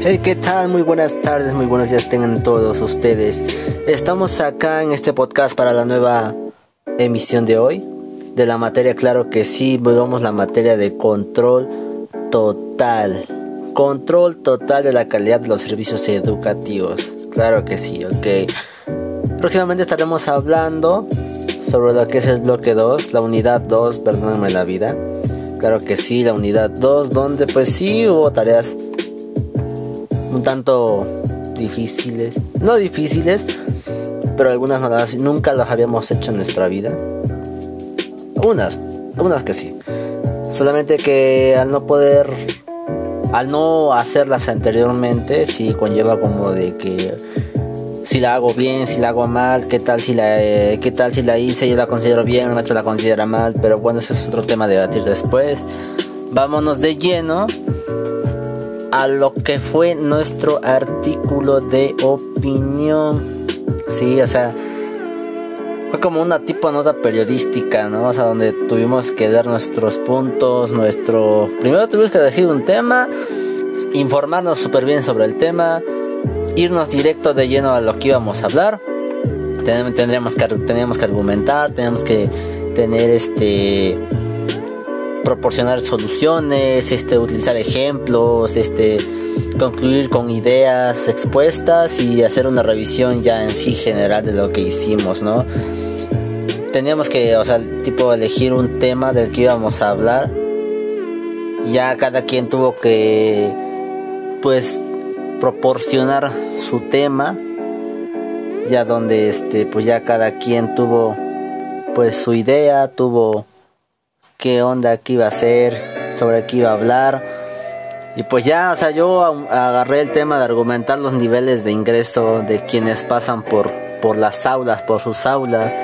Hey, ¿qué tal? Muy buenas tardes, muy buenos días tengan todos ustedes. Estamos acá en este podcast para la nueva emisión de hoy. De la materia, claro que sí, vamos la materia de control total. Control total de la calidad de los servicios educativos. Claro que sí, ok. Próximamente estaremos hablando sobre lo que es el bloque 2, la unidad 2, perdónenme la vida. Claro que sí, la unidad 2, donde pues sí hubo tareas un tanto difíciles. No difíciles, pero algunas nunca las habíamos hecho en nuestra vida. Unas que sí. Solamente que al no hacerlas anteriormente, sí conlleva como de que si la hago bien, si la hago mal, qué tal si la hice, yo la considero bien, el maestro la considera mal, pero bueno, ese es otro tema a debatir después. Vámonos de lleno a lo que fue nuestro artículo de opinión. Sí, o sea, fue como una tipo nota periodística, ¿no? O sea, donde tuvimos que dar nuestros puntos, primero tuvimos que elegir un tema, informarnos súper bien sobre el tema, irnos directo de lleno a lo que íbamos a hablar. Teníamos que argumentar, teníamos que tener proporcionar soluciones, utilizar ejemplos, concluir con ideas expuestas y hacer una revisión ya en sí general de lo que hicimos, ¿no? Teníamos que, o sea, elegir un tema del que íbamos a hablar. Ya cada quien tuvo que, pues, proporcionar su tema, ya donde, pues ya cada quien tuvo, pues, su idea, tuvo qué onda, qué iba a hacer, sobre qué iba a hablar. Y pues ya, o sea, yo agarré el tema de argumentar los niveles de ingreso de quienes pasan por las aulas, por sus aulas,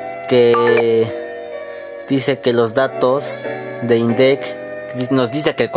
que dice que los datos de INDEC nos dice que el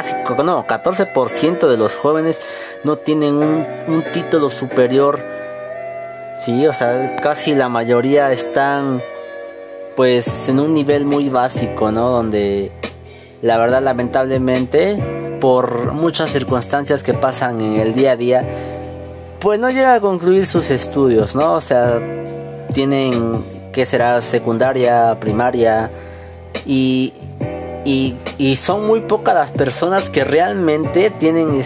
14% de los jóvenes no tienen un título superior. Sí, o sea, casi la mayoría están pues en un nivel muy básico, ¿no? Donde la verdad, lamentablemente, por muchas circunstancias que pasan en el día a día, pues no llega a concluir sus estudios, ¿no? O sea, tienen, ¿qué será? Secundaria, primaria, y son muy pocas las personas que realmente tienen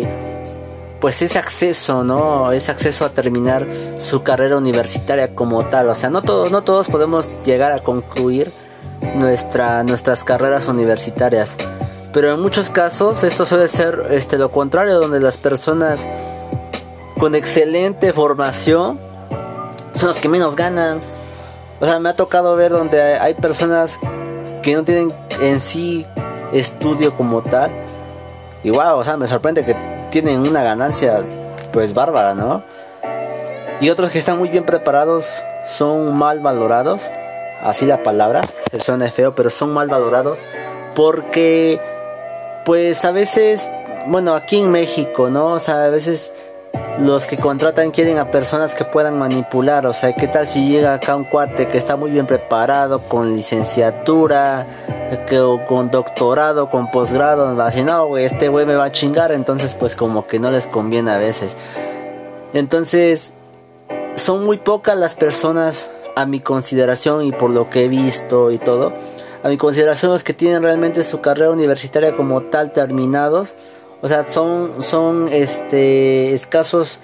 pues ese acceso, ¿no? Ese acceso a terminar su carrera universitaria como tal. O sea, no todos podemos llegar a concluir nuestras carreras universitarias, pero en muchos casos esto suele ser lo contrario, donde las personas con excelente formación son los que menos ganan. O sea, me ha tocado ver donde hay personas que no tienen en sí estudio como tal, y wow, o sea, me sorprende que tienen una ganancia pues bárbara, ¿no? Y otros que están muy bien preparados son mal valorados, así la palabra, se suena feo, pero son mal valorados porque pues a veces, bueno, aquí en México, ¿no? O sea, a veces los que contratan quieren a personas que puedan manipular. O sea, ¿qué tal si llega acá un cuate que está muy bien preparado, con licenciatura, con doctorado, con posgrado? Va a decir, no, güey, este güey me va a chingar. Entonces, pues como que no les conviene a veces. Entonces, son muy pocas las personas, a mi consideración y por lo que he visto y todo, a mi consideración, los que tienen realmente su carrera universitaria como tal terminados. O sea, son escasos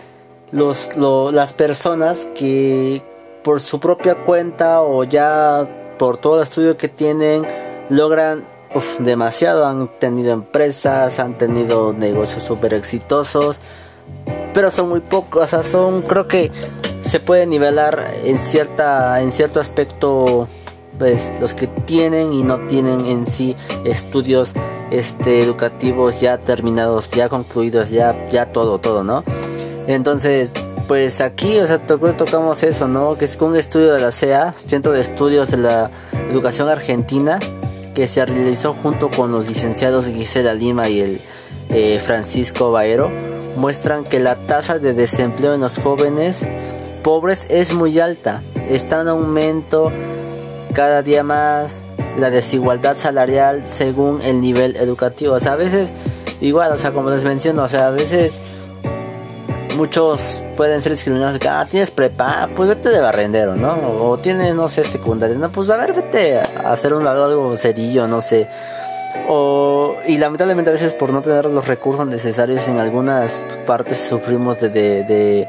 las personas que por su propia cuenta o ya por todo el estudio que tienen logran demasiado. Han tenido empresas, han tenido negocios súper exitosos, pero son muy pocos. O sea, creo que se puede nivelar en cierto aspecto, pues, los que tienen y no tienen en sí estudios educativos ya terminados, ya concluidos, ya todo, ¿no? Entonces, pues aquí, o sea, tocamos eso, ¿no? Que es un estudio de la CEA, Centro de Estudios de la Educación Argentina, que se realizó junto con los licenciados Gisela Lima y el Francisco Baero, muestran que la tasa de desempleo en los jóvenes pobres es muy alta, está en aumento cada día más. La desigualdad salarial según el nivel educativo. O sea, a veces igual, o sea, como les menciono, o sea, a veces muchos pueden ser discriminados de que, tienes prepa, pues vete de barrendero, ¿no? O tienes, no sé, secundaria, no, pues a ver, vete a hacer algo serillo, no sé. Y lamentablemente a veces por no tener los recursos necesarios en algunas partes sufrimos de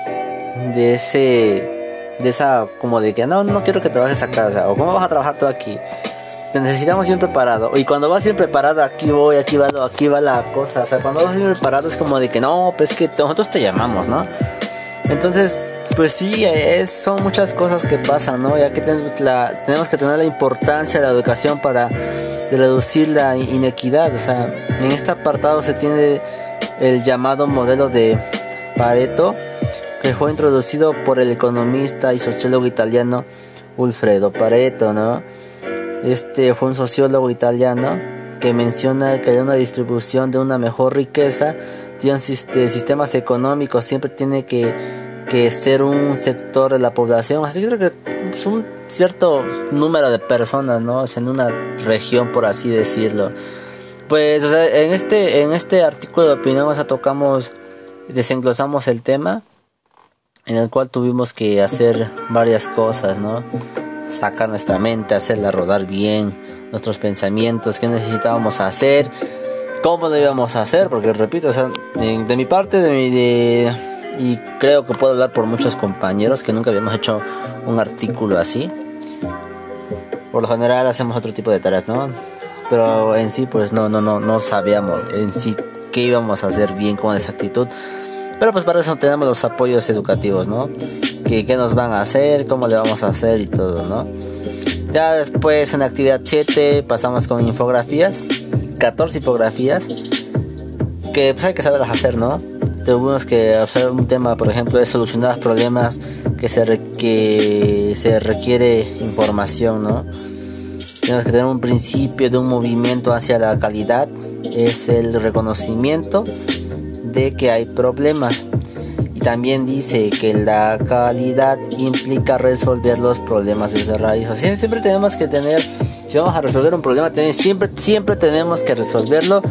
esa como de que no quiero que trabajes acá, o sea, o cómo vas a trabajar tú aquí. Te necesitamos bien preparado. Y cuando vas bien preparado, aquí va la cosa. O sea, cuando vas bien preparado es como de que no, pues que nosotros te llamamos, ¿no? Entonces, pues sí, son muchas cosas que pasan, ¿no? Ya que tenemos que tener la importancia de la educación para reducir la inequidad. O sea, en este apartado se tiene el llamado modelo de Pareto, que fue introducido por el economista y sociólogo italiano Alfredo Pareto, ¿no? Este fue un sociólogo italiano que menciona que hay una distribución de una mejor riqueza de sistemas económicos. Siempre tiene que ser un sector de la población, así que creo que es un cierto número de personas, ¿no? O sea, en una región, por así decirlo. Pues, o sea, en este artículo de opinión, o sea, desenglosamos el tema, en el cual tuvimos que hacer varias cosas, ¿no? Sacar nuestra mente, hacerla rodar bien, nuestros pensamientos, qué necesitábamos hacer, cómo lo íbamos a hacer, porque repito, o sea, de mi parte, y creo que puedo hablar por muchos compañeros que nunca habíamos hecho un artículo así. Por lo general hacemos otro tipo de tareas, ¿no? Pero en sí, pues no sabíamos en sí qué íbamos a hacer bien con exactitud. Pero pues para eso tenemos los apoyos educativos, ¿no? ¿Qué nos van a hacer? ¿Cómo le vamos a hacer? Y todo, ¿no? Ya después en la actividad 7 pasamos con infografías. 14 infografías. Que pues hay que saberlas hacer, ¿no? Tuvimos que hacer un tema, por ejemplo, de solucionar problemas que se requiere información, ¿no? Tenemos que tener un principio de un movimiento hacia la calidad. Es el reconocimiento de que hay problemas. Y también dice que la calidad implica resolver los problemas desde raíz. O sea, siempre tenemos que tener, si vamos a resolver un problema, siempre tenemos que resolverlo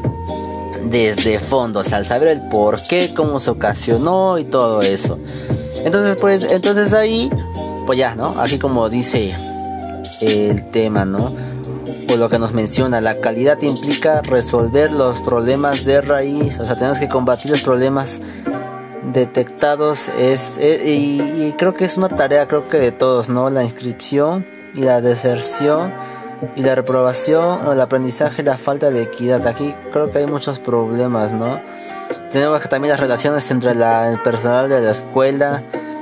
desde fondo, o sea, al saber el por qué, cómo se ocasionó y todo eso. Entonces ahí, pues ya, ¿no? Aquí como dice el tema, ¿no? Por lo que nos menciona, la calidad implica resolver los problemas de raíz. O sea, tenemos que combatir los problemas detectados. Y creo que es una tarea, creo que de todos, ¿no? La inscripción y la deserción y la reprobación, o el aprendizaje y la falta de equidad. Aquí creo que hay muchos problemas, ¿no? Tenemos que también las relaciones entre el personal de la escuela.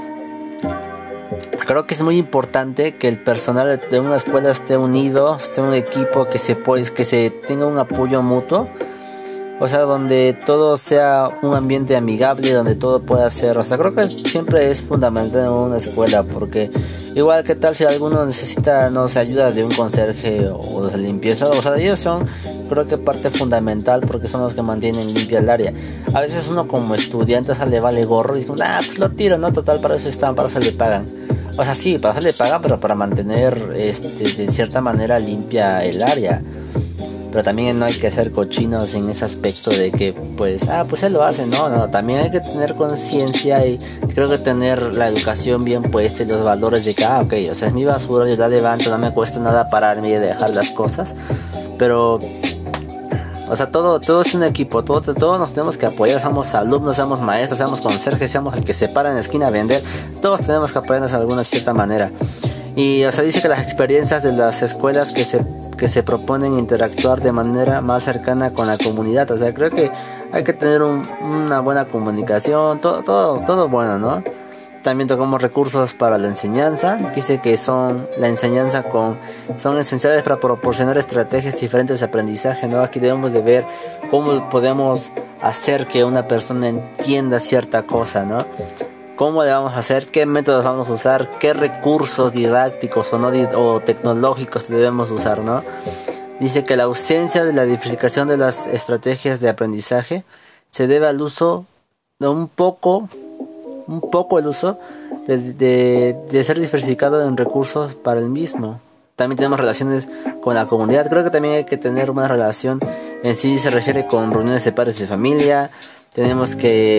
Creo que es muy importante que el personal de una escuela esté unido, esté un equipo que se tenga un apoyo mutuo. O sea, donde todo sea un ambiente amigable, donde todo pueda ser. O sea, creo que siempre es fundamental en una escuela, porque igual que tal si alguno necesita, no sé, ayuda de un conserje o de limpieza, o sea, ellos son, creo que parte fundamental, porque son los que mantienen limpia el área. A veces uno como estudiante, o sea, le vale gorro y dice, pues lo tiro, ¿no? Total, para eso están, para eso le pagan. O sea, sí, para eso le pagan, pero para mantener, de cierta manera limpia el área. Pero también no hay que ser cochinos en ese aspecto de que, pues él lo hace, no, también hay que tener conciencia y creo que tener la educación bien puesta y los valores de que, ok, o sea, es mi basura, yo la levanto, no me cuesta nada pararme y dejar las cosas, pero, o sea, todo es un equipo, todos nos tenemos que apoyar, seamos alumnos, seamos maestros, seamos conserjes, seamos el que se para en la esquina a vender, todos tenemos que apoyarnos de alguna cierta manera. Y, o sea, dice que las experiencias de las escuelas que se proponen interactuar de manera más cercana con la comunidad. O sea, creo que hay que tener una buena comunicación, todo bueno, ¿no? También tocamos recursos para la enseñanza. Dice que son esenciales para proporcionar estrategias diferentes de aprendizaje, ¿no? Aquí debemos de ver cómo podemos hacer que una persona entienda cierta cosa, ¿no? ¿Cómo le vamos a hacer? ¿Qué métodos vamos a usar? ¿Qué recursos didácticos o tecnológicos debemos usar, ¿no? Dice que la ausencia de la diversificación de las estrategias de aprendizaje se debe al uso de un poco el uso de ser diversificado en recursos para el mismo. también tenemos relaciones con la comunidad. Creo que también hay que tener una relación en sí, se refiere con reuniones de padres de familia. Debemos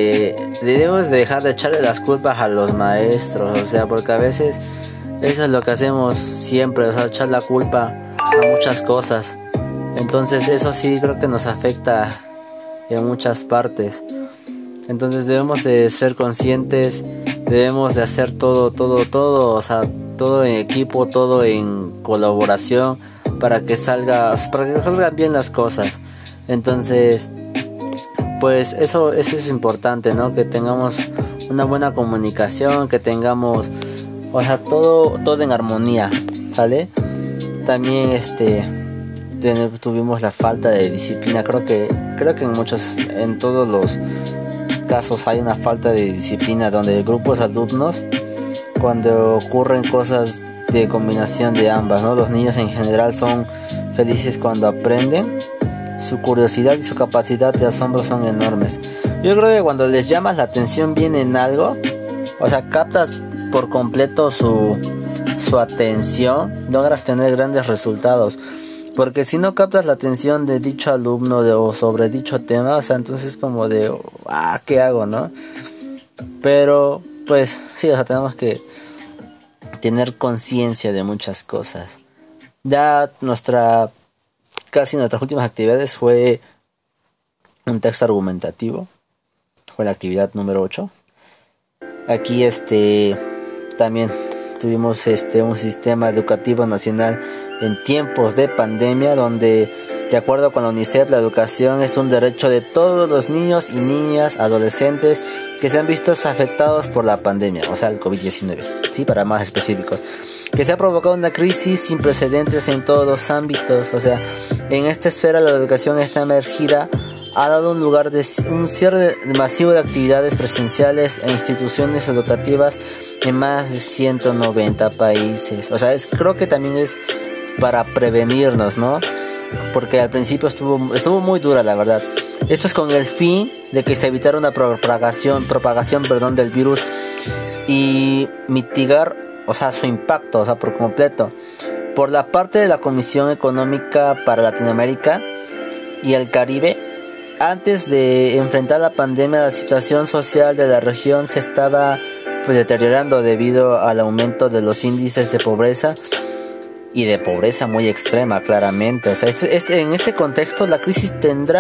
de dejar de echarle las culpas a los maestros, o sea, porque a veces eso es lo que hacemos siempre, o sea, echar la culpa a muchas cosas. Entonces eso sí creo que nos afecta en muchas partes. Entonces debemos de ser conscientes, debemos de hacer todo, o sea, todo en equipo, todo en colaboración para que salgan bien las cosas. Entonces, pues eso es importante, ¿no? Que tengamos una buena comunicación, que tengamos, o sea, todo en armonía, ¿sale? También tuvimos la falta de disciplina. Creo que en todos los casos hay una falta de disciplina, donde grupos de alumnos, cuando ocurren cosas de combinación de ambas, ¿no? Los niños en general son felices cuando aprenden, su curiosidad y su capacidad de asombro son enormes. Yo creo que cuando les llamas la atención bien en algo, o sea, captas por completo su atención, logras tener grandes resultados. Porque si no captas la atención de dicho alumno o sobre dicho tema, o sea, entonces como de, ¿qué hago, no? Pero, pues, sí, o sea, tenemos que tener conciencia de muchas cosas. Ya casi nuestras últimas actividades fue un texto argumentativo. Fue la actividad número 8. Aquí, también tuvimos un sistema educativo nacional en tiempos de pandemia, donde de acuerdo con la UNICEF, la educación es un derecho de todos los niños y niñas, adolescentes que se han visto afectados por la pandemia, o sea, el COVID-19, ¿sí? Para más específicos, que se ha provocado una crisis sin precedentes en todos los ámbitos. O sea, en esta esfera la educación está emergida, ha dado un lugar de un cierre masivo de actividades presenciales e instituciones educativas en más de 190 países. O sea, creo que también es para prevenirnos, ¿no? Porque al principio estuvo muy dura, la verdad. Esto es con el fin de que se evitara una propagación del virus y mitigar, o sea, su impacto, o sea, por completo. Por la parte de la Comisión Económica para Latinoamérica y el Caribe, antes de enfrentar la pandemia, la situación social de la región se estaba deteriorando debido al aumento de los índices de pobreza y de pobreza muy extrema, claramente. O sea, en este contexto la crisis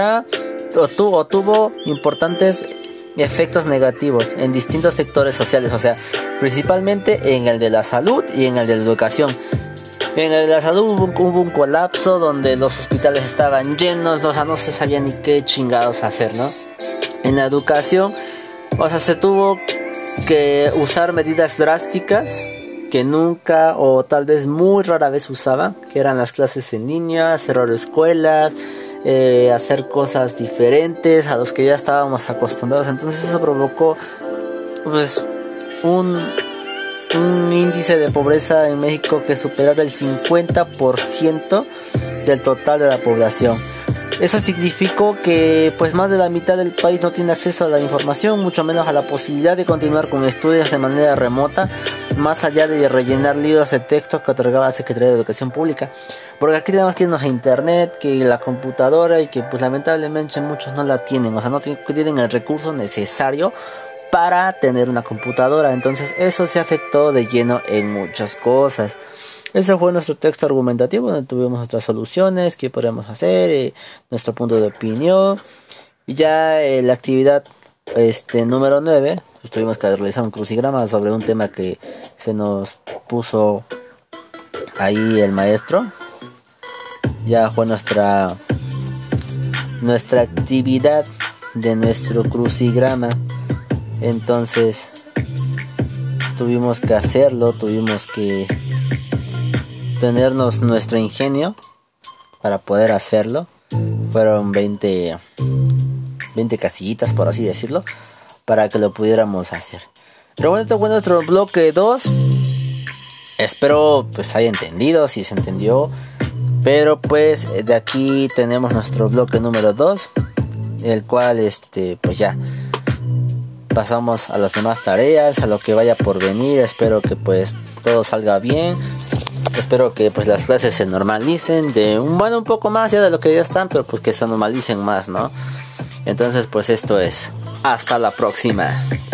tuvo importantes efectos negativos en distintos sectores sociales, o sea, principalmente en el de la salud y en el de la educación. En el de la salud hubo un colapso donde los hospitales estaban llenos, o sea, no se sabía ni qué chingados hacer, ¿no? En la educación, o sea, se tuvo que usar medidas drásticas que nunca o tal vez muy rara vez usaban, que eran las clases en línea, cerrar escuelas, hacer cosas diferentes a los que ya estábamos acostumbrados. Entonces eso provocó pues un índice de pobreza en México que superaba el 50% del total de la población. Eso significó que pues más de la mitad del país no tiene acceso a la información, mucho menos a la posibilidad de continuar con estudios de manera remota, más allá de rellenar libros de texto que otorgaba la Secretaría de Educación Pública. Porque aquí tenemos que irnos a internet, que la computadora, y que pues lamentablemente muchos no la tienen, o sea, no tienen el recurso necesario para tener una computadora. Entonces eso se afectó de lleno en muchas cosas. Ese fue nuestro texto argumentativo, donde tuvimos nuestras soluciones, qué podemos hacer, nuestro punto de opinión. Y ya la actividad número 9, pues tuvimos que realizar un crucigrama sobre un tema que se nos puso ahí el maestro. Ya fue nuestra actividad de nuestro crucigrama. Entonces tuvimos que hacerlo, tuvimos que tenernos nuestro ingenio para poder hacerlo. Fueron 20 casillitas, por así decirlo, para que lo pudiéramos hacer. Pero bueno, este fue nuestro bloque 2. Espero pues haya entendido, si se entendió. Pero pues de aquí tenemos nuestro bloque número 2, el cual pues ya pasamos a las demás tareas, a lo que vaya por venir. Espero que pues todo salga bien. espero que pues las clases se normalicen un poco más ya de lo que ya están, pero pues que se normalicen más, ¿no? Entonces pues esto es, hasta la próxima.